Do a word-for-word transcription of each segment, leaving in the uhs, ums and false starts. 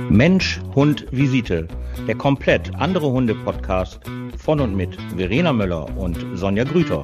Mensch, Hund, Visite. Der komplett andere Hunde-Podcast von und mit Verena Möller und Sonja Grüter.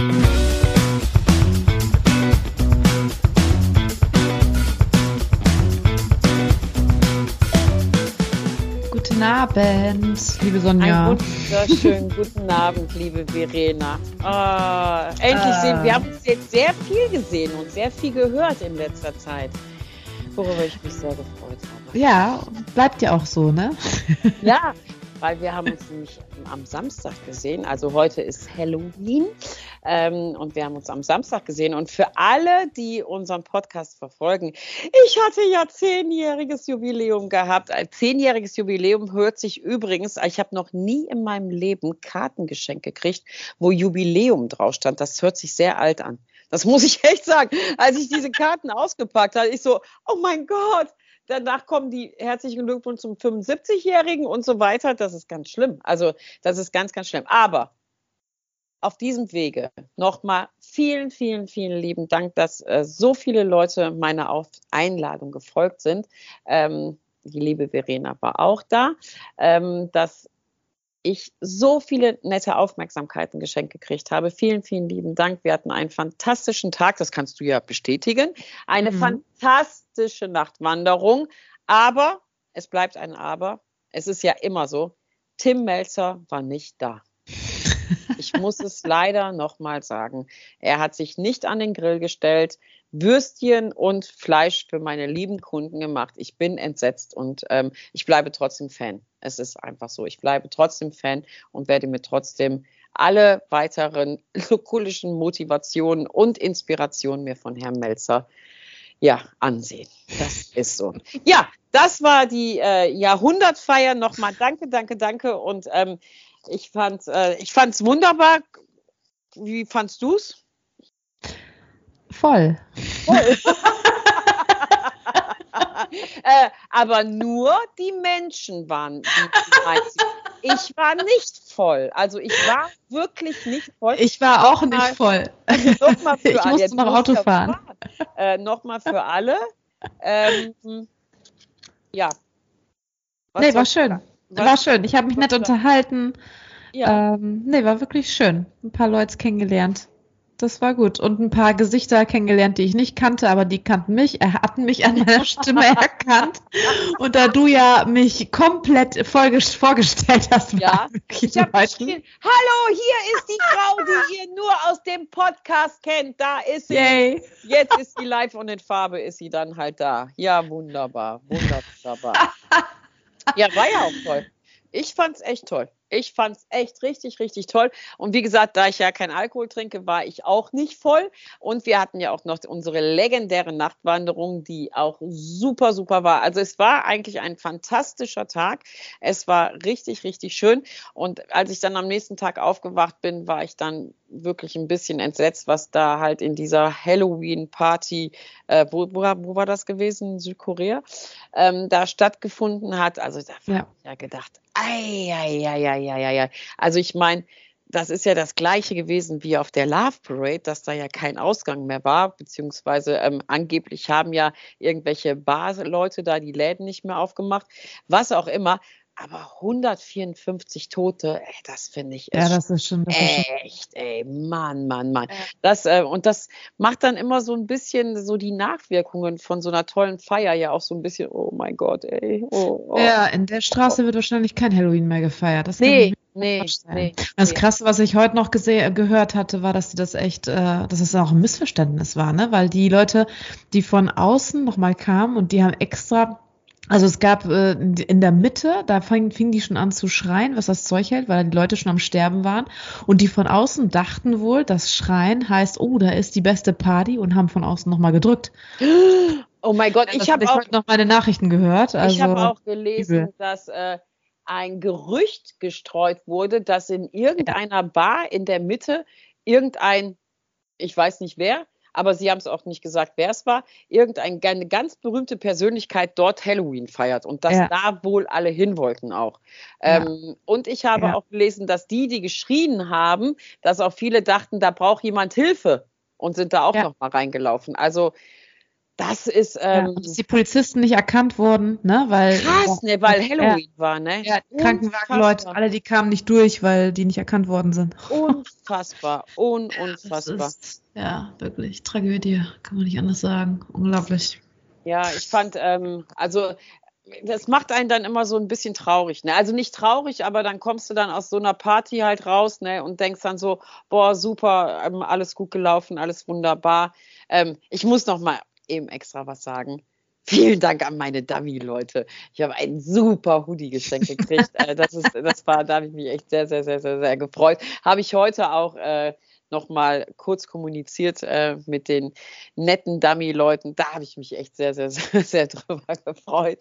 Guten Abend, liebe Sonja. Einen wunderschönen guten Abend, liebe Verena. Oh, endlich äh. sehen wir haben uns jetzt sehr viel gesehen und sehr viel gehört in letzter Zeit, worüber ich mich sehr gefreut habe. Ja, bleibt ja auch so, ne? Ja, weil wir haben uns nämlich am Samstag gesehen. Also heute ist Halloween ähm, und wir haben uns am Samstag gesehen. Und für alle, die unseren Podcast verfolgen, ich hatte ja zehnjähriges Jubiläum gehabt. Ein zehnjähriges Jubiläum hört sich übrigens, ich habe noch nie in meinem Leben Karten geschenkt gekriegt, wo Jubiläum drauf stand. Das hört sich sehr alt an. Das muss ich echt sagen. Als ich diese Karten ausgepackt habe, ich so, oh mein Gott. Danach kommen die herzlichen Glückwunsch zum fünfundsiebzigjährigen und so weiter. Das ist ganz schlimm. Also das ist ganz, ganz schlimm. Aber auf diesem Wege nochmal vielen, vielen, vielen lieben Dank, dass äh, so viele Leute meiner Auf- Einladung gefolgt sind. Ähm, die liebe Verena war auch da. Ähm, dass ich so viele nette Aufmerksamkeiten geschenkt gekriegt habe. Vielen, vielen lieben Dank. Wir hatten einen fantastischen Tag, das kannst du ja bestätigen. Eine mhm. fantastische Nachtwanderung. Aber, es bleibt ein Aber, es ist ja immer so, Tim Melzer war nicht da. Ich muss es leider nochmal sagen. Er hat sich nicht an den Grill gestellt, Würstchen und Fleisch für meine lieben Kunden gemacht. Ich bin entsetzt und ähm, ich bleibe trotzdem Fan. Es ist einfach so. Ich bleibe trotzdem Fan und werde mir trotzdem alle weiteren lokulischen Motivationen und Inspirationen mir von Herrn Melzer ja, ansehen. Das ist so. Ja, das war die äh, Jahrhundertfeier. Nochmal danke, danke, danke. Und ähm, ich fand äh, ich fand's wunderbar. Wie fandst du's? Voll. Voll. äh, aber nur die Menschen waren die Ich war nicht voll. Also ich war wirklich nicht voll. Ich war auch nicht mal, voll. Noch mal für ich alle. musste noch Auto fahren. fahren. Äh, Nochmal für alle. Ähm, ja. Was nee, war schön. Was war schön. Ich habe mich nett unterhalten. Ja. Ähm, nee, war wirklich schön. Ein paar Leute kennengelernt. Das war gut. Und ein paar Gesichter kennengelernt, die ich nicht kannte, aber die kannten mich, äh, hatten mich an meiner Stimme erkannt. Und da du ja mich komplett vorges- vorgestellt hast, ja. Ich habe geschrien, hallo, hier ist die Frau, die ihr nur aus dem Podcast kennt. Da ist sie. Yay. Jetzt ist sie live und in Farbe ist sie dann halt da. Ja, wunderbar. Wunderbar. Ja, war ja auch toll. Ich fand's echt toll. Ich fand's echt richtig, richtig toll. Und wie gesagt, da ich ja keinen Alkohol trinke, war ich auch nicht voll. Und wir hatten ja auch noch unsere legendäre Nachtwanderung, die auch super, super war. Also es war eigentlich ein fantastischer Tag. Es war richtig, richtig schön. Und als ich dann am nächsten Tag aufgewacht bin, war ich dann wirklich ein bisschen entsetzt, was da halt in dieser Halloween-Party, äh, wo, wo, wo war das gewesen? Südkorea, ähm, da stattgefunden hat. Also da habe ja. ich ja gedacht, ei, ei, ei, ei, ei, ei. Also ich meine, das ist ja das Gleiche gewesen wie auf der Love Parade, dass da ja kein Ausgang mehr war, beziehungsweise ähm, angeblich haben ja irgendwelche Barleute da die Läden nicht mehr aufgemacht, was auch immer. Aber hundertvierundfünfzig Tote, ey, das finde ich ja, das ist schon das echt, ist schon... ey, Mann, Mann, Mann. Ja. Das, äh, und das macht dann immer so ein bisschen so die Nachwirkungen von so einer tollen Feier ja auch so ein bisschen, oh mein Gott, ey. Oh, oh. Ja, in der Straße oh. wird wahrscheinlich kein Halloween mehr gefeiert. Das nee, nee, nee. Das nee. Krasse, was ich heute noch gese- gehört hatte, war, dass sie das echt, äh, dass es auch ein Missverständnis war, ne? Weil die Leute, die von außen nochmal kamen und die haben extra... Also es gab äh, in der Mitte, da fing, fing die schon an zu schreien, was das Zeug hält, weil die Leute schon am Sterben waren. Und die von außen dachten wohl, das Schreien heißt, oh, da ist die beste Party und haben von außen nochmal gedrückt. Oh mein Gott, ich habe auch heute noch meine Nachrichten gehört. Also ich habe auch gelesen, übel. dass äh, ein Gerücht gestreut wurde, dass in irgendeiner Bar in der Mitte irgendein, ich weiß nicht wer, aber sie haben es auch nicht gesagt, wer es war, irgendeine ganz berühmte Persönlichkeit dort Halloween feiert und dass ja. da wohl alle hin wollten auch. Ja. Ähm, und ich habe ja. auch gelesen, dass die, die geschrien haben, dass auch viele dachten, da braucht jemand Hilfe und sind da auch ja. noch mal reingelaufen. Also Das ist ähm, ja, dass die Polizisten nicht erkannt wurden, ne? Weil, krass, ne, weil Halloween ja, war, ne? Ja, die Krankenwagenleute, alle, die kamen nicht durch, weil die nicht erkannt worden sind. Unfassbar, un unfassbar. Das ist, ja, wirklich Tragödie, kann man nicht anders sagen. Unglaublich. Ja, ich fand, ähm, also das macht einen dann immer so ein bisschen traurig, ne? Also nicht traurig, aber dann kommst du dann aus so einer Party halt raus, ne? Und denkst dann so, boah, super, ähm, alles gut gelaufen, alles wunderbar. Ähm, ich muss noch mal eben extra was sagen. Vielen Dank an meine Dummy-Leute. Ich habe einen super Hoodie geschenkt gekriegt. äh, das ist, das war, da habe ich mich echt sehr, sehr, sehr, sehr, sehr gefreut. Habe ich heute auch äh, noch mal kurz kommuniziert äh, mit den netten Dummy-Leuten. Da habe ich mich echt sehr, sehr, sehr, sehr drüber gefreut.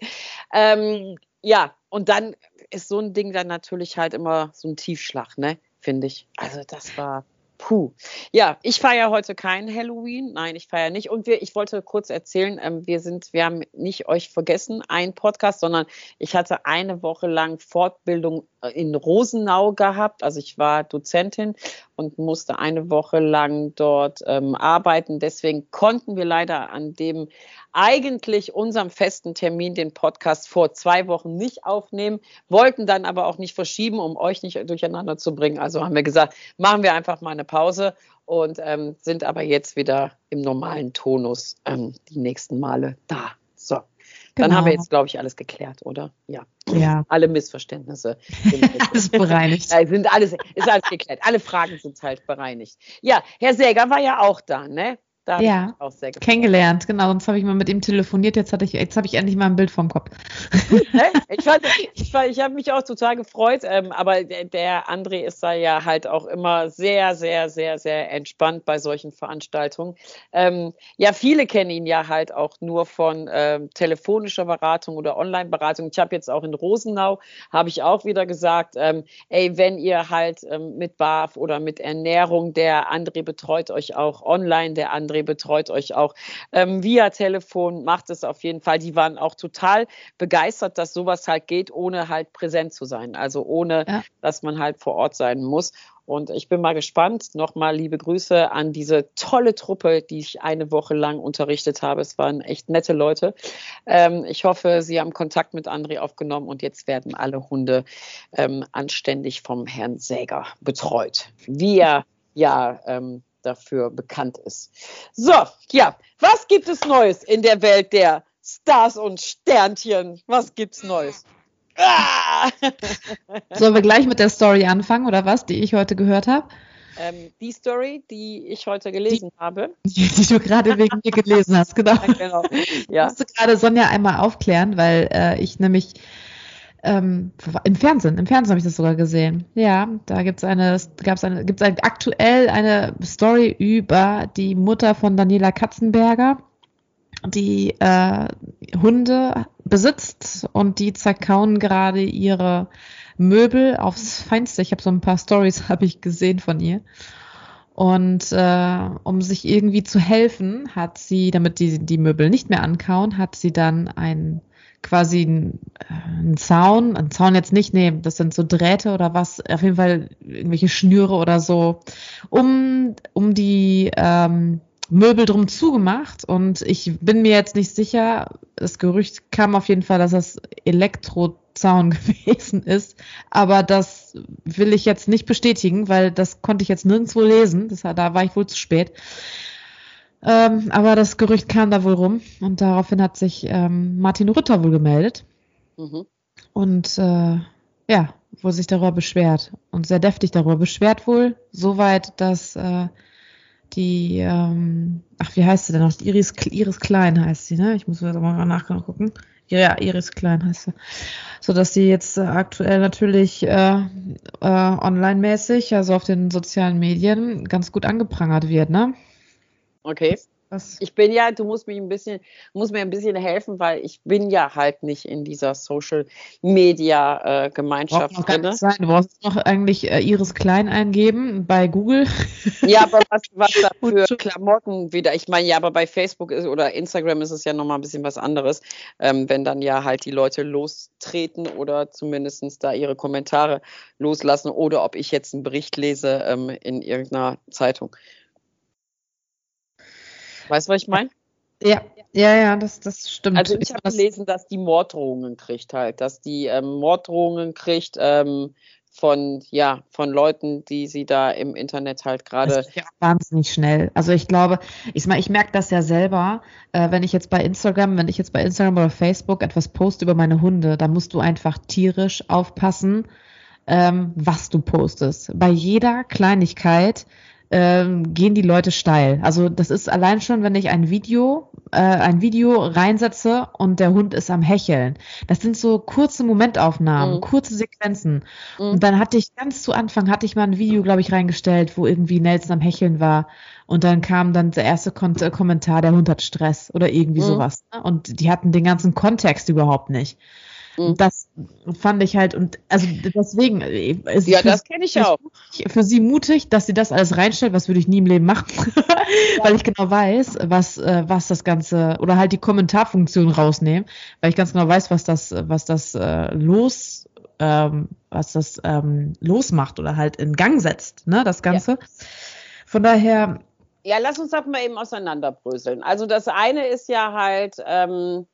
Ähm, ja, und dann ist so ein Ding dann natürlich halt immer so ein Tiefschlag, ne, finde ich. Also das war puh. Ja, ich feiere heute kein Halloween. Nein, ich feiere nicht. Und wir, ich wollte kurz erzählen, ähm, wir sind, wir haben nicht euch vergessen, ein Podcast, sondern ich hatte eine Woche lang Fortbildung in Rosenau gehabt. Also ich war Dozentin und musste eine Woche lang dort ähm, arbeiten. Deswegen konnten wir leider an dem eigentlich unserem festen Termin den Podcast vor zwei Wochen nicht aufnehmen, wollten dann aber auch nicht verschieben, um euch nicht durcheinander zu bringen. Also haben wir gesagt, machen wir einfach mal eine Pause und ähm, sind aber jetzt wieder im normalen Tonus ähm, die nächsten Male da. So, dann Genau. haben wir jetzt, glaube ich, alles geklärt, oder? Ja. Ja. Alle Missverständnisse sind, alles bereinigt. sind alles, ist alles geklärt. Alle Fragen sind halt bereinigt. Ja, Herr Säger war ja auch da, ne? Da habe ich Ja, mich auch sehr gefreut. kennengelernt, genau. Sonst habe ich mal mit ihm telefoniert. Jetzt hatte ich, jetzt habe ich endlich mal ein Bild vom Kopf. Ne? Ich, fand, ich, fand, ich habe mich auch total gefreut, ähm, aber der, der André ist da ja halt auch immer sehr, sehr, sehr, sehr entspannt bei solchen Veranstaltungen. Ähm, ja, viele kennen ihn ja halt auch nur von ähm, telefonischer Beratung oder Online-Beratung. Ich habe jetzt auch in Rosenau, habe ich auch wieder gesagt, ähm, ey, wenn ihr halt ähm, mit B A F oder mit Ernährung, der André betreut euch auch online, der André betreut euch auch ähm, via Telefon, macht es auf jeden Fall. Die waren auch total begeistert, dass sowas halt geht, ohne halt präsent zu sein. Also ohne, ja. dass man halt vor Ort sein muss. Und ich bin mal gespannt. Nochmal liebe Grüße an diese tolle Truppe, die ich eine Woche lang unterrichtet habe. Es waren echt nette Leute. Ähm, ich hoffe, Sie haben Kontakt mit André aufgenommen und jetzt werden alle Hunde ähm, anständig vom Herrn Säger betreut. Wie er ja ähm, dafür bekannt ist. So, ja, was gibt es Neues in der Welt der Stars und Sternchen? Was gibt's Neues? Ah! Sollen wir gleich mit der Story anfangen, oder was, die ich heute gehört habe? Ähm, die Story, die ich heute gelesen die, habe. Die, die du gerade wegen mir gelesen hast, genau. Ja, genau. Ja. Ich musste gerade Sonja einmal aufklären, weil äh, ich nämlich Ähm, im Fernsehen, im Fernsehen habe ich das sogar gesehen. Ja, da gibt's eine, gab's eine, gibt's eine, aktuell eine Story über die Mutter von Daniela Katzenberger, die äh, Hunde besitzt und die zerkauen gerade ihre Möbel aufs Feinste. Ich habe so ein paar Stories habe ich gesehen von ihr. Und äh, um sich irgendwie zu helfen, hat sie, damit die die Möbel nicht mehr ankauen, hat sie dann ein quasi ein, ein Zaun, ein Zaun jetzt nicht, nee, das sind so Drähte oder was, auf jeden Fall irgendwelche Schnüre oder so, um, um die ähm, Möbel drum zugemacht. Und ich bin mir jetzt nicht sicher, das Gerücht kam auf jeden Fall, dass das Elektrozaun gewesen ist, aber das will ich jetzt nicht bestätigen, weil das konnte ich jetzt nirgendwo lesen, das, da war ich wohl zu spät. Ähm, aber das Gerücht kam da wohl rum und daraufhin hat sich ähm, Martin Rütter wohl gemeldet mhm. und äh, ja, wohl sich darüber beschwert und sehr deftig darüber beschwert wohl, soweit, dass äh, die, ähm, ach, wie heißt sie denn noch? Iris, Iris Klein heißt sie, ne? Ich muss jetzt mal nachgucken. Ja, Iris Klein heißt sie. So dass sie jetzt äh, aktuell natürlich äh, äh, online-mäßig, also auf den sozialen Medien, ganz gut angeprangert wird, ne? Okay. Was? Ich bin ja, du musst mich ein bisschen, musst mir ein bisschen helfen, weil ich bin ja halt nicht in dieser Social Media äh, Gemeinschaft drin. Du brauchst noch eigentlich äh, Iris Klein eingeben bei Google. Ja, aber was, was da für Klamotten wieder? Ich meine, ja, aber bei Facebook ist, oder Instagram ist es ja nochmal ein bisschen was anderes, ähm, wenn dann ja halt die Leute lostreten oder zumindest da ihre Kommentare loslassen oder ob ich jetzt einen Bericht lese ähm, in irgendeiner Zeitung. Weißt du, was ich meine? Ja, ja, ja, das, das stimmt. Also ich habe gelesen, dass die Morddrohungen kriegt halt, dass die ähm, Morddrohungen kriegt ähm, von, ja, von Leuten, die sie da im Internet halt gerade. Das geht ja auch wahnsinnig schnell. Also ich glaube, ich, ich merke das ja selber, äh, wenn ich jetzt bei Instagram, wenn ich jetzt bei Instagram oder Facebook etwas poste über meine Hunde, da musst du einfach tierisch aufpassen, ähm, was du postest. Bei jeder Kleinigkeit ähm, gehen die Leute steil. Also das ist allein schon, wenn ich ein Video, äh, ein Video reinsetze und der Hund ist am Hecheln. Das sind so kurze Momentaufnahmen, Mhm. kurze Sequenzen. Mhm. Und dann hatte ich ganz zu Anfang, hatte ich mal ein Video, glaube ich, reingestellt, wo irgendwie Nelson am Hecheln war. Und dann kam dann der erste Kon äh, Kommentar, der Hund hat Stress oder irgendwie Mhm. sowas. Ne? Und die hatten den ganzen Kontext überhaupt nicht. Mhm. Das fand ich halt, und also deswegen äh, ist Ja, es für, das kenne ich auch. für sie mutig, dass sie das alles reinstellt, was würde ich nie im Leben machen, weil ich genau weiß, was, äh, was das Ganze, oder halt die Kommentarfunktion rausnehmen, weil ich ganz genau weiß, was das, was das äh, los, ähm, was das ähm, losmacht oder halt in Gang setzt, ne, das Ganze. Ja. Von daher. Ja, lass uns das mal eben auseinanderbröseln. Also das eine ist ja halt, ähm,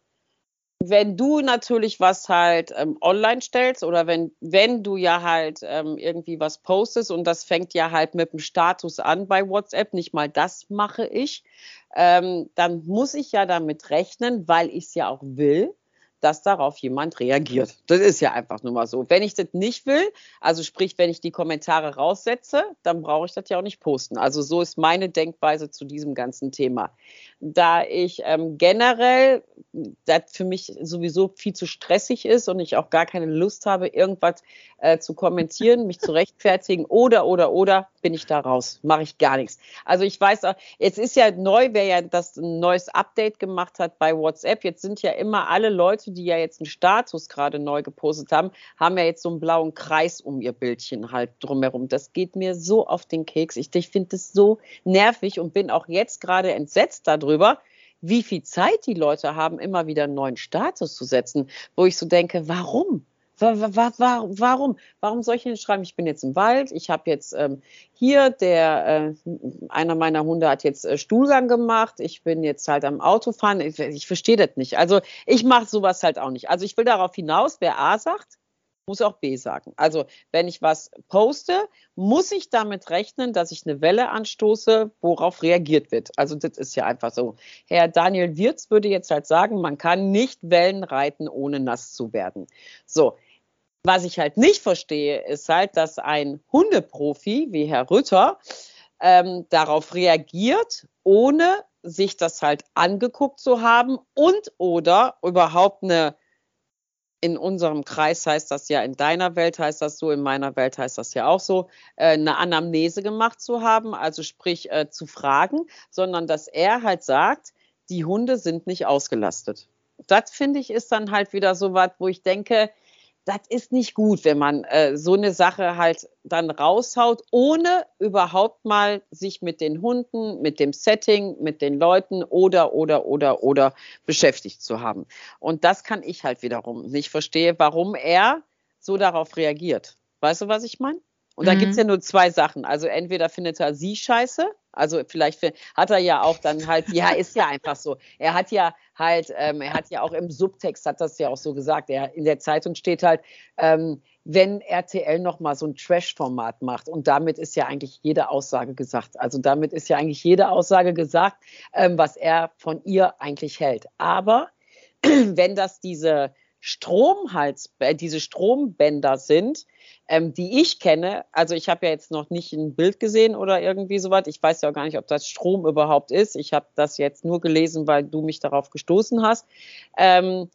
wenn du natürlich was halt ähm, online stellst oder wenn, wenn du ja halt ähm, irgendwie was postest und das fängt ja halt mit dem Status an bei WhatsApp, nicht mal das mache ich, ähm, dann muss ich ja damit rechnen, weil ich es ja auch will, dass darauf jemand reagiert. Das ist ja einfach nur mal so. Wenn ich das nicht will, also sprich, wenn ich die Kommentare raussetze, dann brauche ich das ja auch nicht posten. Also so ist meine Denkweise zu diesem ganzen Thema. Da ich ähm, generell, das für mich sowieso viel zu stressig ist und ich auch gar keine Lust habe, irgendwas äh, zu kommentieren, mich zu rechtfertigen oder, oder, oder, bin ich da raus. Mache ich gar nichts. Also ich weiß auch, jetzt ist ja neu, wer ja das ein neues Update gemacht hat bei WhatsApp. Jetzt sind ja immer alle Leute, die ja jetzt einen Status gerade neu gepostet haben, haben ja jetzt so einen blauen Kreis um ihr Bildchen halt drumherum. Das geht mir so auf den Keks. Ich, ich finde das so nervig und bin auch jetzt gerade entsetzt darüber, wie viel Zeit die Leute haben, immer wieder einen neuen Status zu setzen, wo ich so denke, warum? Warum? Warum soll ich denn schreiben, ich bin jetzt im Wald, ich habe jetzt ähm, hier, der, äh, einer meiner Hunde hat jetzt äh, Stuhlgang gemacht, ich bin jetzt halt am Autofahren, ich, ich verstehe das nicht. Also ich mache sowas halt auch nicht. Also ich will darauf hinaus, wer A sagt, muss auch B sagen. Also wenn ich was poste, muss ich damit rechnen, dass ich eine Welle anstoße, worauf reagiert wird. Also das ist ja einfach so. Herr Daniel Wirz würde jetzt halt sagen, man kann nicht Wellen reiten, ohne nass zu werden. So. Was ich halt nicht verstehe, ist halt, dass ein Hundeprofi wie Herr Rütter ähm, darauf reagiert, ohne sich das halt angeguckt zu haben und oder überhaupt eine, in unserem Kreis heißt das ja, in deiner Welt heißt das so, in meiner Welt heißt das ja auch so, äh, eine Anamnese gemacht zu haben, also sprich äh, zu fragen, sondern dass er halt sagt, die Hunde sind nicht ausgelastet. Das finde ich ist dann halt wieder so was, wo ich denke, das ist nicht gut, wenn man äh, so eine Sache halt dann raushaut, ohne überhaupt mal sich mit den Hunden, mit dem Setting, mit den Leuten oder, oder, oder, oder beschäftigt zu haben. Und das kann ich halt wiederum nicht verstehen, warum er so darauf reagiert. Weißt du, was ich meine? Und da mhm. gibt es ja nur zwei Sachen. Also entweder findet er sie scheiße, also vielleicht hat er ja auch dann halt, ja, ist ja einfach so. Er hat ja halt, ähm, er hat ja auch im Subtext, hat das ja auch so gesagt, er, in der Zeitung steht halt, ähm, wenn R T L nochmal so ein Trash-Format macht. Und damit ist ja eigentlich jede Aussage gesagt. Also damit ist ja eigentlich jede Aussage gesagt, ähm, was er von ihr eigentlich hält. Aber wenn das diese Stromhals, äh, diese Strombänder sind, ähm, die ich kenne, also ich habe ja jetzt noch nicht ein Bild gesehen oder irgendwie sowas, ich weiß ja auch gar nicht, ob das Strom überhaupt ist, ich habe das jetzt nur gelesen, weil du mich darauf gestoßen hast. Ähm,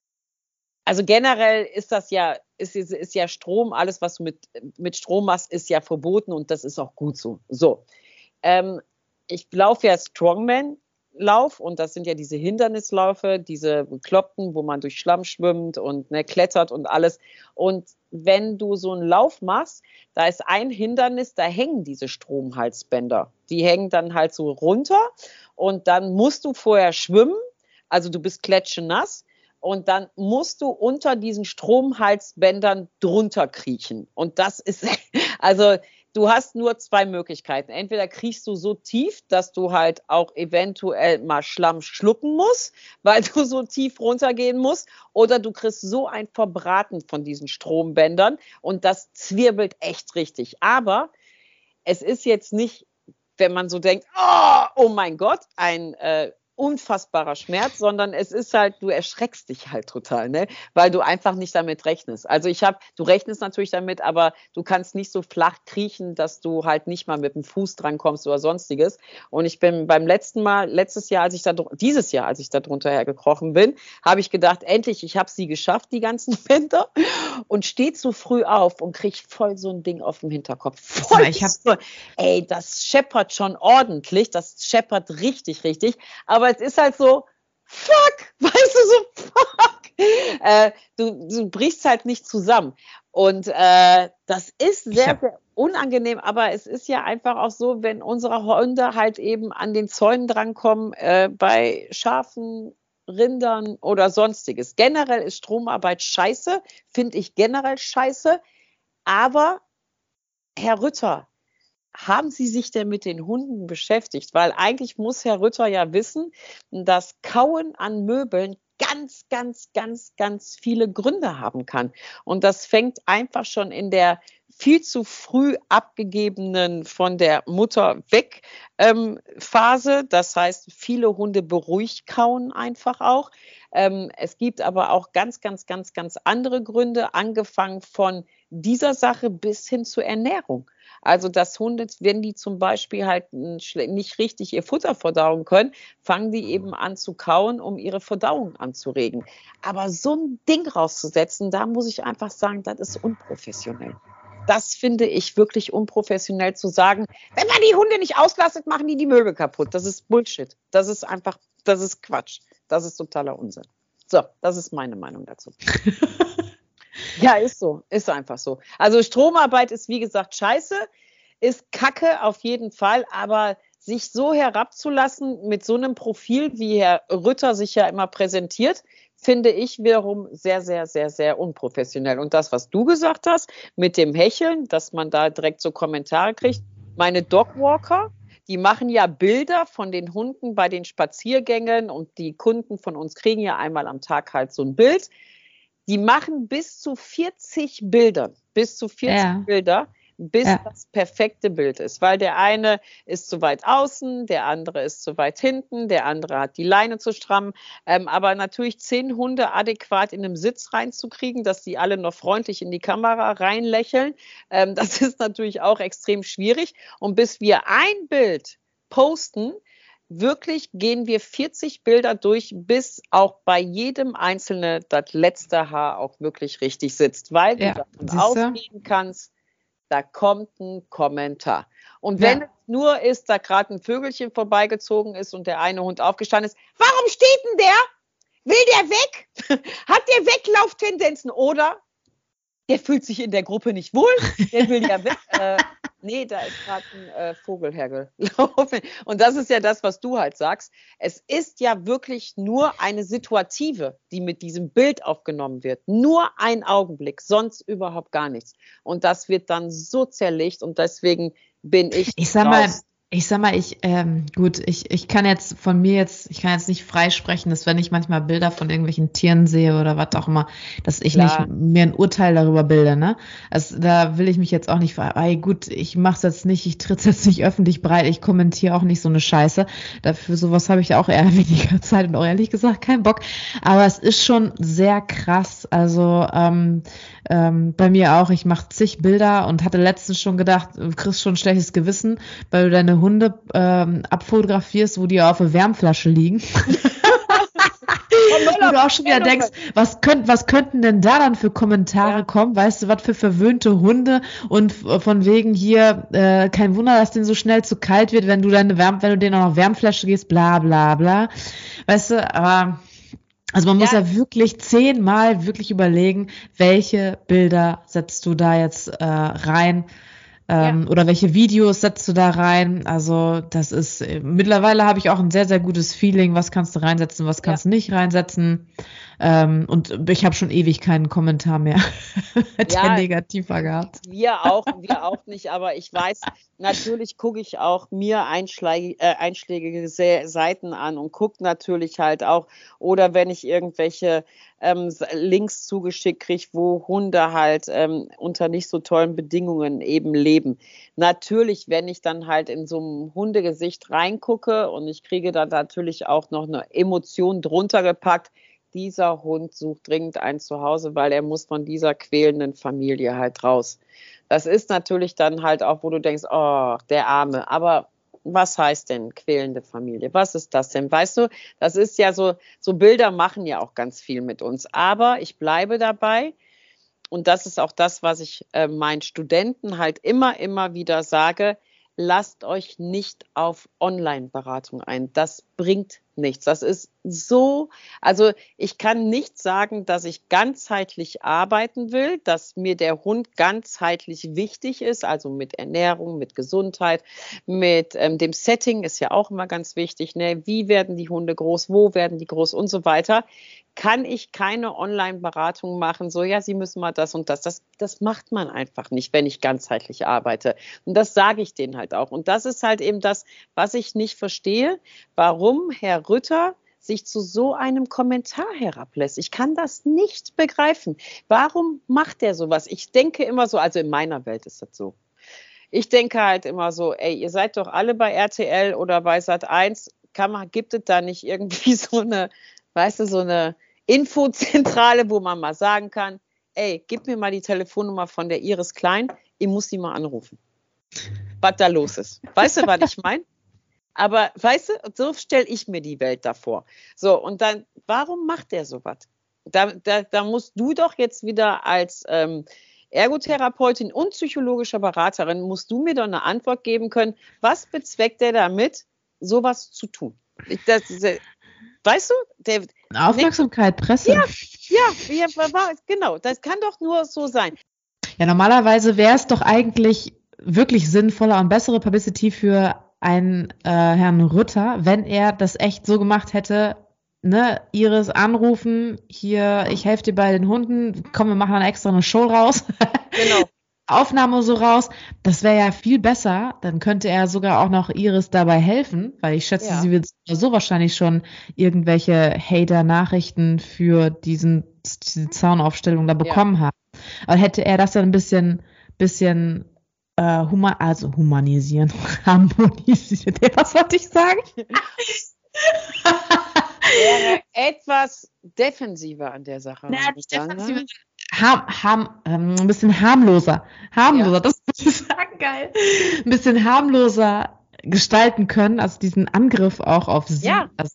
also generell ist das ja, ist, ist, ist ja Strom, alles was du mit, mit Strom machst, ist ja verboten und das ist auch gut so. So, ähm, ich laufe ja Strongman, Lauf und das sind ja diese Hindernisläufe, diese Bekloppten, wo man durch Schlamm schwimmt und ne, klettert und alles. Und wenn du so einen Lauf machst, da ist ein Hindernis, da hängen diese Stromhalsbänder. Die hängen dann halt so runter und dann musst du vorher schwimmen, also du bist klatschenass und dann musst du unter diesen Stromhalsbändern drunter kriechen. Und das ist, also du hast nur zwei Möglichkeiten. Entweder kriechst du so tief, dass du halt auch eventuell mal Schlamm schlucken musst, weil du so tief runtergehen musst, oder du kriegst so ein Verbraten von diesen Strombändern und das zwirbelt echt richtig. Aber es ist jetzt nicht, wenn man so denkt, oh, oh mein Gott, ein äh, unfassbarer Schmerz, sondern es ist halt, du erschreckst dich halt total, ne? Weil du einfach nicht damit rechnest. Also ich habe, du rechnest natürlich damit, aber du kannst nicht so flach kriechen, dass du halt nicht mal mit dem Fuß dran kommst oder sonstiges. Und ich bin beim letzten Mal, letztes Jahr, als ich da, dieses Jahr, als ich da drunter hergekrochen bin, habe ich gedacht, endlich, ich habe sie geschafft, die ganzen Bänder, und steht so früh auf und krieg voll so ein Ding auf dem Hinterkopf. Voll, ich hab, so, ey, das scheppert schon ordentlich, das scheppert richtig, richtig, aber es ist halt so, fuck, weißt du, so fuck. Äh, du, du brichst halt nicht zusammen. Und äh, das ist sehr, hab, sehr unangenehm, aber es ist ja einfach auch so, wenn unsere Hunde halt eben an den Zäunen drankommen, äh, bei Schafen, Rindern oder sonstiges. Generell ist Stromarbeit scheiße, finde ich generell scheiße, aber Herr Rütter, haben Sie sich denn mit den Hunden beschäftigt? Weil eigentlich muss Herr Rütter ja wissen, dass Kauen an Möbeln ganz, ganz, ganz, ganz viele Gründe haben kann. Und das fängt einfach schon in der viel zu früh abgegebenen von der Mutter weg ähm, Phase. Das heißt, viele Hunde beruhigt kauen einfach auch. Ähm, es gibt aber auch ganz, ganz, ganz, ganz andere Gründe, angefangen von dieser Sache bis hin zur Ernährung. Also dass Hunde, wenn die zum Beispiel halt nicht richtig ihr Futter verdauen können, fangen die eben an zu kauen, um ihre Verdauung anzuregen. Aber so ein Ding rauszusetzen, da muss ich einfach sagen, das ist unprofessionell. Das finde ich wirklich unprofessionell zu sagen, wenn man die Hunde nicht auslastet, machen die die Möbel kaputt. Das ist Bullshit. Das ist einfach, das ist Quatsch. Das ist totaler Unsinn. So, das ist meine Meinung dazu. Ja, ist so, ist einfach so. Also Stromarbeit ist wie gesagt scheiße, ist Kacke auf jeden Fall, aber sich so herabzulassen mit so einem Profil, wie Herr Rütter sich ja immer präsentiert, finde ich wiederum sehr, sehr, sehr, sehr unprofessionell. Und das, was du gesagt hast, mit dem Hecheln, dass man da direkt so Kommentare kriegt, meine Dogwalker, die machen ja Bilder von den Hunden bei den Spaziergängen und die Kunden von uns kriegen ja einmal am Tag halt so ein Bild. Die machen bis zu vierzig Bilder, bis zu vierzig ja. Bilder, bis ja. das perfekte Bild ist. Weil der eine ist zu weit außen, der andere ist zu weit hinten, der andere hat die Leine zu stramm. Ähm, aber natürlich zehn Hunde adäquat in einem Sitz reinzukriegen, dass die alle noch freundlich in die Kamera reinlächeln, ähm, das ist natürlich auch extrem schwierig. Und bis wir ein Bild posten, wirklich gehen wir vierzig Bilder durch, bis auch bei jedem Einzelnen das letzte Haar auch wirklich richtig sitzt, weil ja, du davon ausgehen kannst, da kommt ein Kommentar. Und wenn ja. es nur ist, da gerade ein Vögelchen vorbeigezogen ist und der eine Hund aufgestanden ist, warum steht denn der? Will der weg? Hat der Weglauftendenzen? Oder der fühlt sich in der Gruppe nicht wohl, der will ja weg. äh, nee, da ist gerade ein äh, Vogel hergelaufen. Und das ist ja das, was du halt sagst. Es ist ja wirklich nur eine Situative, die mit diesem Bild aufgenommen wird. Nur ein Augenblick, sonst überhaupt gar nichts. Und das wird dann so zerlegt und deswegen bin ich Ich sag mal, Ich sag mal, ich, ähm, gut, ich, ich kann jetzt von mir jetzt, ich kann jetzt nicht freisprechen, dass wenn ich manchmal Bilder von irgendwelchen Tieren sehe oder was auch immer, dass ich Klar. nicht mir ein Urteil darüber bilde, ne? Also da will ich mich jetzt auch nicht, ey, gut, ich mach's jetzt nicht, ich tritt's jetzt nicht öffentlich breit, ich kommentiere auch nicht so eine Scheiße. Dafür sowas habe ich auch eher weniger Zeit und auch ehrlich gesagt keinen Bock. Aber es ist schon sehr krass, also ähm, ähm, bei mir auch, ich mache zig Bilder und hatte letztens schon gedacht, du kriegst schon ein schlechtes Gewissen, weil du deine Hunde ähm, abfotografierst, wo die auf der Wärmflasche liegen. Wo du auch schon wieder denkst, was, könnt, was könnten denn da dann für Kommentare ja. kommen? Weißt du, was für verwöhnte Hunde und von wegen hier, äh, kein Wunder, dass denen so schnell zu kalt wird, wenn du deine Wärm, wenn du denen auch noch Wärmflasche gehst, bla bla bla. Weißt du, aber also man muss ja, ja wirklich zehnmal wirklich überlegen, welche Bilder setzt du da jetzt äh, rein. Ähm, ja. Oder welche Videos setzt du da rein? Also das ist, mittlerweile habe ich auch ein sehr, sehr gutes Feeling, was kannst du reinsetzen, was kannst du ja. nicht reinsetzen. Ähm, und ich habe schon ewig keinen Kommentar mehr, der Ja, negativ war gehabt. wir auch, wir auch nicht, aber ich weiß, natürlich gucke ich auch mir einschlägige, äh, einschlägige Se- Seiten an und gucke natürlich halt auch, oder wenn ich irgendwelche ähm, S- Links zugeschickt kriege, wo Hunde halt ähm, unter nicht so tollen Bedingungen eben leben. Natürlich, wenn ich dann halt in so ein Hundegesicht reingucke und ich kriege dann natürlich auch noch eine Emotion drunter gepackt, dieser Hund sucht dringend ein Zuhause, weil er muss von dieser quälenden Familie halt raus. Das ist natürlich dann halt auch, wo du denkst, oh, der Arme. Aber was heißt denn quälende Familie? Was ist das denn? Weißt du, das ist ja so, so Bilder machen ja auch ganz viel mit uns. Aber ich bleibe dabei. Und das ist auch das, was ich äh, meinen Studenten halt immer, immer wieder sage. Lasst euch nicht auf Online-Beratung ein. Das bringt nichts. Das ist so, also ich kann nicht sagen, dass ich ganzheitlich arbeiten will, dass mir der Hund ganzheitlich wichtig ist, also mit Ernährung, mit Gesundheit, mit ähm, dem Setting ist ja auch immer ganz wichtig, ne? Wie werden die Hunde groß, wo werden die groß und so weiter. Kann ich keine Online-Beratung machen, so ja, Sie müssen mal das und das. das. Das macht man einfach nicht, wenn ich ganzheitlich arbeite. Und das sage ich denen halt auch. Und das ist halt eben das, was ich nicht verstehe, warum Herr Rütter sich zu so einem Kommentar herablässt. Ich kann das nicht begreifen. Warum macht er sowas? Ich denke immer so, also in meiner Welt ist das so. Ich denke halt immer so, ey, ihr seid doch alle bei R T L oder bei Sat eins, kann man, gibt es da nicht irgendwie so eine, weißt du, so eine Infozentrale, wo man mal sagen kann, ey, gib mir mal die Telefonnummer von der Iris Klein, ich muss sie mal anrufen, was da los ist. Weißt du, was ich meine? Aber weißt du, so stelle ich mir die Welt davor. So, und dann, warum macht der sowas? Da, da, da musst du doch jetzt wieder als ähm, Ergotherapeutin und psychologischer Beraterin, musst du mir doch eine Antwort geben können, was bezweckt der damit, sowas zu tun? Ich, das, das, weißt du? Der, Aufmerksamkeit, Presse. Ja, ja, ja, genau. Das kann doch nur so sein. Ja, normalerweise wäre es doch eigentlich wirklich sinnvoller und bessere Publicity für einen äh, Herrn Rütter, wenn er das echt so gemacht hätte, ne, Iris anrufen, hier, ich helfe dir bei den Hunden, komm, wir machen dann extra eine Show raus. Genau. Aufnahme so raus, das wäre ja viel besser, dann könnte er sogar auch noch Iris dabei helfen, weil ich schätze, Ja. sie wird so wahrscheinlich schon irgendwelche Hater-Nachrichten für diesen, diese Zaunaufstellung da bekommen ja. haben. Aber hätte er das dann ein bisschen, bisschen äh, human, also humanisieren, harmonisieren, was wollte ich sagen? Wäre etwas defensiver an der Sache. Ja, nicht defensiver. Harm, harm, ähm, ein bisschen harmloser. Harmloser, ja. Das muss ich sagen, geil. Ein bisschen harmloser gestalten können, also diesen Angriff auch auf sie. Ja. Also,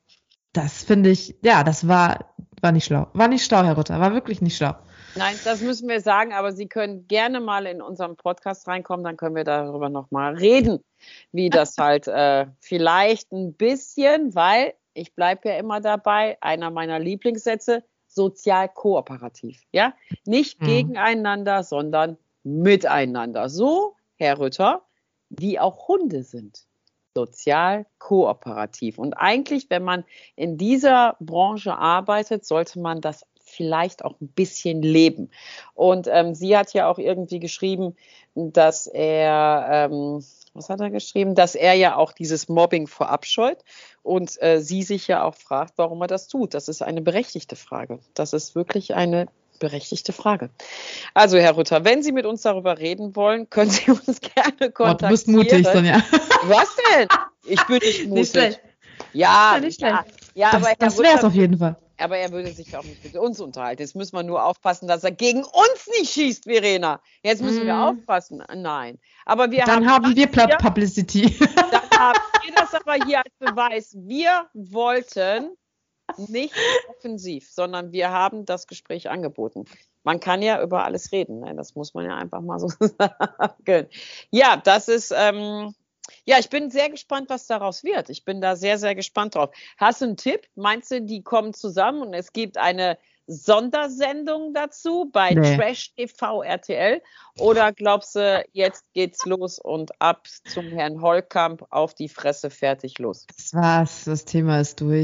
das finde ich, ja, das war, war nicht schlau. War nicht schlau, Herr Rütter, war wirklich nicht schlau. Nein, das müssen wir sagen, aber Sie können gerne mal in unserem Podcast reinkommen, dann können wir darüber nochmal reden, wie das halt äh, vielleicht ein bisschen, weil ich bleibe ja immer dabei, einer meiner Lieblingssätze, sozial kooperativ, ja, nicht mhm. gegeneinander, sondern miteinander. So, Herr Rütter, wie auch Hunde sind, sozial kooperativ. Und eigentlich, wenn man in dieser Branche arbeitet, sollte man das vielleicht auch ein bisschen leben. Und ähm, sie hat ja auch irgendwie geschrieben, dass er, ähm, was hat er geschrieben, dass er ja auch dieses Mobbing verabscheut und äh, sie sich ja auch fragt, warum er das tut. Das ist eine berechtigte Frage. Das ist wirklich eine berechtigte Frage. Also, Herr Rütter, wenn Sie mit uns darüber reden wollen, können Sie uns gerne kontaktieren. Oh, du bist mutig, Sonja. Was denn? Ich bin nicht mutig. Nicht schlecht. Ja, ja, nicht ja, schlecht. ja, das, aber das wäre es auf jeden Fall. Aber er würde sich auch nicht mit uns unterhalten. Jetzt müssen wir nur aufpassen, dass er gegen uns nicht schießt, Verena. Jetzt müssen mm. wir aufpassen. Nein. Aber wir Dann haben, haben wir hier, Publicity. Dann haben wir das aber hier als Beweis. Wir wollten nicht offensiv, sondern wir haben das Gespräch angeboten. Man kann ja über alles reden. Ne? Das muss man ja einfach mal so sagen. Ja, das ist... Ähm, Ja, ich bin sehr gespannt, was daraus wird. Ich bin da sehr, sehr gespannt drauf. Hast du einen Tipp? Meinst du, die kommen zusammen und es gibt eine Sondersendung dazu bei nee. Trash T V R T L? Oder glaubst du, jetzt geht's los und ab zum Herrn Hollkamp auf die Fresse, fertig, los? Das war's, das Thema ist durch.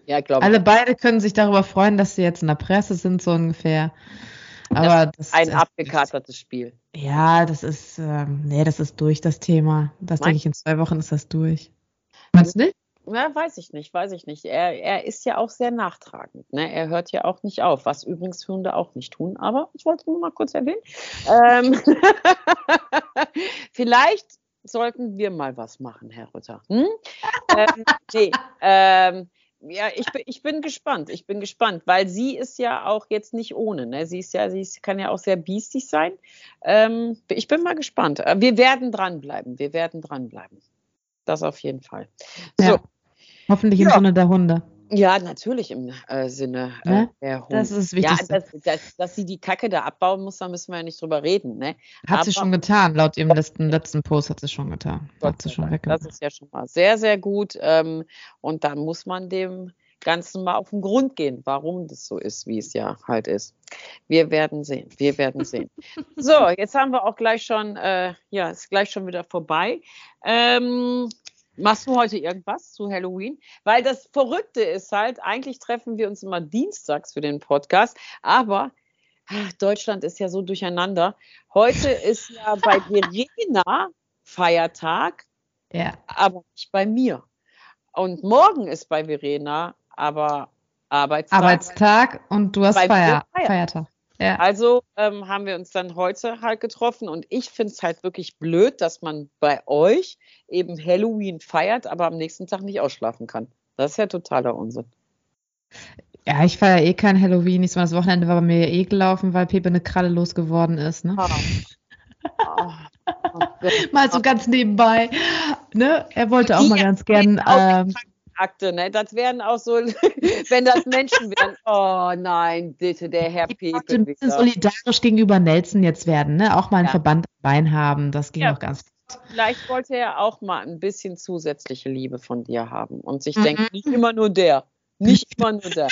Ja, glaube Alle ich. beide können sich darüber freuen, dass sie jetzt in der Presse sind, so ungefähr. Aber das, Ein das, abgekatertes Spiel. ja, das ist, ähm, nee, das ist durch, das Thema. Das denke Meinst ich, in zwei Wochen ist das durch. Meinst du nicht? Na, weiß ich nicht, weiß ich nicht. Er, er ist ja auch sehr nachtragend. Ne? Er hört ja auch nicht auf, was übrigens Hunde auch nicht tun. Aber ich wollte es nur mal kurz erwähnen. Ähm, Vielleicht sollten wir mal was machen, Herr Rütter. Hm? ähm, nee, ähm, ja, ich bin, ich bin gespannt. Ich bin gespannt, weil sie ist ja auch jetzt nicht ohne. Ne? Sie ist ja, sie ist, kann ja auch sehr biestig sein. Ähm, ich bin mal gespannt. Wir werden dranbleiben. Wir werden dranbleiben. Das auf jeden Fall. So. Ja. Hoffentlich Ja. im Sinne der Hunde. Ja, natürlich im äh, Sinne äh, Ne? der Hunde. Das ist das Ja, Wichtigste. dass, dass, dass sie die Kacke da abbauen muss, da müssen wir ja nicht drüber reden. Ne? Hat sie Aber- schon getan, laut ihrem letzten, letzten Post hat sie schon getan. Gott Hat sie sei schon Dank. weggemacht. Das ist ja schon mal sehr, sehr gut. Ähm, und da muss man dem Ganzen mal auf den Grund gehen, warum das so ist, wie es ja halt ist. Wir werden sehen. Wir werden sehen. So, jetzt haben wir auch gleich schon, äh, ja, ist gleich schon wieder vorbei. Ähm, Machst du heute irgendwas zu Halloween? Weil das Verrückte ist halt, eigentlich treffen wir uns immer dienstags für den Podcast, aber ach, Deutschland ist ja so durcheinander. Heute ist ja bei Verena Feiertag, Ja. aber nicht bei mir. Und morgen ist bei Verena aber Arbeitstag. Arbeitstag und du hast Bei mir Feier, Feiertag. Feiertag. Ja. Also ähm, haben wir uns dann heute halt getroffen und ich finde es halt wirklich blöd, dass man bei euch eben Halloween feiert, aber am nächsten Tag nicht ausschlafen kann. Das ist ja totaler Unsinn. Ja, ich feiere eh kein Halloween. Ich so, das Wochenende war bei mir eh gelaufen, weil Pepe eine Kralle losgeworden ist. Ne? Ah. Ah. Mal so ganz nebenbei. Ne? Er wollte auch mal ganz gern. Ähm, Akte, ne? Das wären auch so, wenn das Menschen wären. Oh nein, bitte, der Herr ich wollte Pepe. ein bisschen wieder. solidarisch gegenüber Nelson jetzt werden. Ne? Auch mal einen Ja. Verband am Bein haben. Das ging Ja. noch ganz gut. Vielleicht wollte er auch mal ein bisschen zusätzliche Liebe von dir haben und sich Mhm. denken, nicht immer nur der. Nicht immer nur der.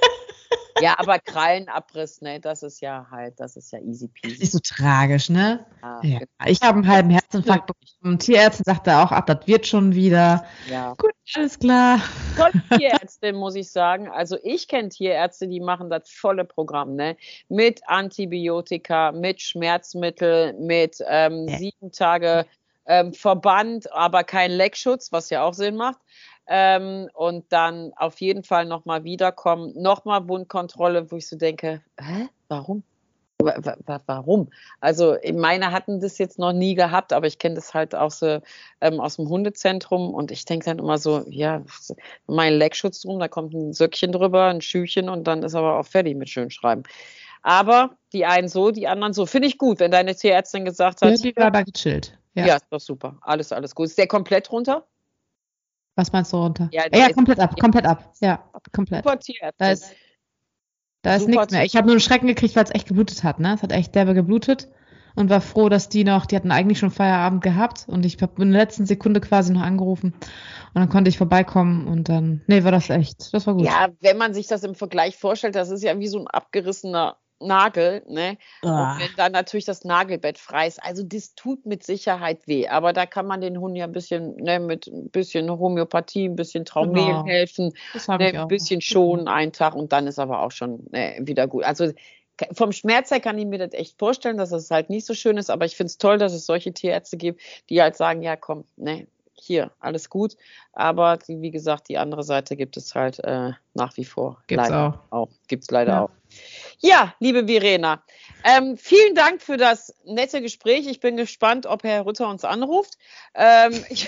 Ja, aber Krallenabriss, ne, das ist ja halt, das ist ja easy peasy. Nicht so tragisch, ne? Ja, Ja. Ich habe einen halben Herzinfarkt bekommen. Tierärztin sagte auch, ach, das wird schon wieder. ja. Gut, alles klar. Tolle Tierärztin, muss ich sagen. Also ich kenne Tierärzte, die machen das volle Programm, ne? Mit Antibiotika, mit Schmerzmittel, mit ähm, Ja. sieben Tage ähm, Verband, aber kein Leckschutz, was ja auch Sinn macht. Ähm, und dann auf jeden Fall nochmal wiederkommen, nochmal Wundkontrolle, wo ich so denke, hä, warum? Wa- wa- wa- Warum? Also meine hatten das jetzt noch nie gehabt, aber ich kenne das halt auch so ähm, aus dem Hundezentrum und ich denke dann immer so, ja, mein Leckschutz drum, da kommt ein Söckchen drüber, ein Schüchchen und dann ist aber auch fertig mit Schönschreiben. Aber die einen so, die anderen so. Finde ich gut, wenn deine Tierärztin gesagt hat, Ja, die war da gechillt. Ja. ja, ist doch super, alles, alles gut. Ist der komplett runter? Was meinst du runter? Ja, Ja, der ja, ist- komplett ab, komplett ab. Ja, komplett. Super Tierärztin. Da ist, da ist Super nichts mehr. Ich habe nur einen Schrecken gekriegt, weil es echt geblutet hat. Ne? Es hat echt derbe geblutet und war froh, dass die noch, die hatten eigentlich schon Feierabend gehabt und ich habe in der letzten Sekunde quasi noch angerufen und dann konnte ich vorbeikommen und dann, nee, war das echt, das war gut. Ja, wenn man sich das im Vergleich vorstellt, das ist ja wie so ein abgerissener Nagel, ne? Ah. Und wenn dann natürlich das Nagelbett frei ist, also das tut mit Sicherheit weh, aber da kann man den Hund ja ein bisschen, ne, mit ein bisschen Homöopathie, ein bisschen Traumehl Genau. helfen, Das habe ne, ich auch. ein bisschen schonen einen Tag und dann ist aber auch schon ne, wieder gut. Also k- vom Schmerz her kann ich mir das echt vorstellen, dass es halt nicht so schön ist, aber ich finde es toll, dass es solche Tierärzte gibt, die halt sagen, ja komm, ne, hier, alles gut, aber die, wie gesagt, die andere Seite gibt es halt äh, nach wie vor. Gibt's leider auch. auch. Gibt's leider Ja. auch. Ja, liebe Verena, ähm, vielen Dank für das nette Gespräch. Ich bin gespannt, ob Herr Rütter uns anruft. Ähm, ich,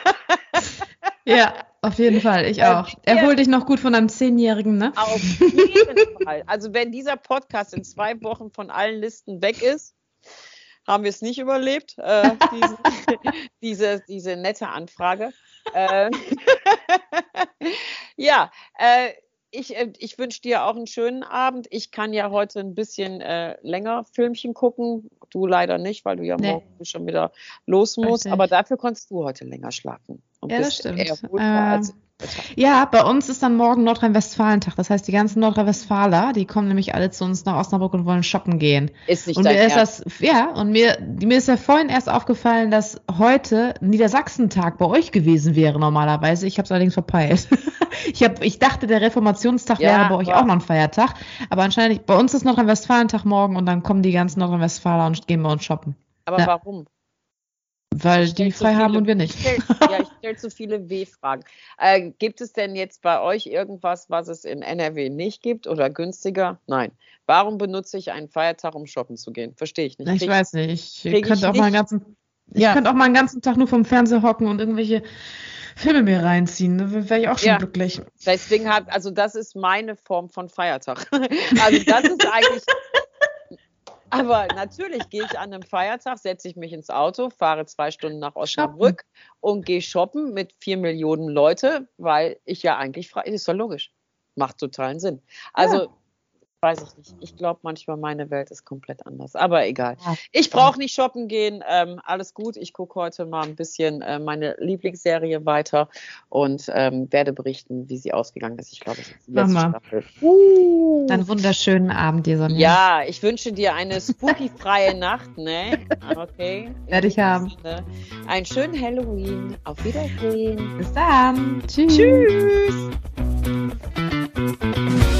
Ja, auf jeden Fall, ich Ja, auch. Erhol dich noch gut von einem Zehnjährigen, ne? auf jeden Fall. Also wenn dieser Podcast in zwei Wochen von allen Listen weg ist, haben wir es nicht überlebt, äh, diesen, diese, diese nette Anfrage. Äh, ja, äh, ich, äh, ich wünsche dir auch einen schönen Abend. Ich kann ja heute ein bisschen äh, länger Filmchen gucken. Du leider nicht, weil du ja Nee. morgen schon wieder los musst. Richtig. Aber dafür konntest du heute länger schlafen. Und Ja, das bist stimmt. erholter Ähm, als Ja, bei uns ist dann morgen Nordrhein-Westfalen-Tag. Das heißt, die ganzen Nordrhein-Westfaler, die kommen nämlich alle zu uns nach Osnabrück und wollen shoppen gehen. Ist nicht und dein mir ist Ernst? das, ja, und mir, mir ist ja vorhin erst aufgefallen, dass heute Niedersachsentag bei euch gewesen wäre normalerweise. Ich habe es allerdings verpeilt. ich, hab, ich dachte, der Reformationstag Ja, wäre bei euch aber- auch noch ein Feiertag. Aber anscheinend, bei uns ist Nordrhein-Westfalen-Tag morgen und dann kommen die ganzen Nordrhein-Westfaler und gehen bei uns shoppen. Aber Ja. warum? Weil Ich stell die zu frei viele- haben und wir nicht. Ich stell, ja, ich stelle zu viele W-Fragen. Äh, gibt es denn jetzt bei euch irgendwas, was es in N R W nicht gibt oder günstiger? Nein. Warum benutze ich einen Feiertag, um shoppen zu gehen? Verstehe ich nicht. Ich Krieg- weiß nicht. Ich krieg ich könnte auch mal einen nicht. ganzen, ich Ja. könnte auch mal einen ganzen Tag nur vom Fernseher hocken und irgendwelche Filme mir reinziehen. Da wäre ich auch schon Ja. glücklich. Deswegen hat, also das ist meine Form von Feiertag. Also das ist eigentlich. Aber natürlich gehe ich an einem Feiertag, setze ich mich ins Auto, fahre zwei Stunden nach Osnabrück und gehe shoppen mit vier Millionen Leute, weil ich ja eigentlich frei, ist doch logisch. Macht totalen Sinn. Also, Ja. weiß ich nicht. Ich glaube manchmal, meine Welt ist komplett anders. Aber egal. Ja. Ich brauche nicht shoppen gehen. Ähm, alles gut. Ich gucke heute mal ein bisschen äh, meine Lieblingsserie weiter und ähm, werde berichten, wie sie ausgegangen ist. Ich glaube, es ist die letzte Mama. Staffel. Uh. Einen wunderschönen Abend dir, Sonja. Ja, ich wünsche dir eine spooky-freie Nacht, ne? Okay. Werde ich haben. Einen schönen Halloween. Auf Wiedersehen. Bis dann. Tschüss. Tschüss.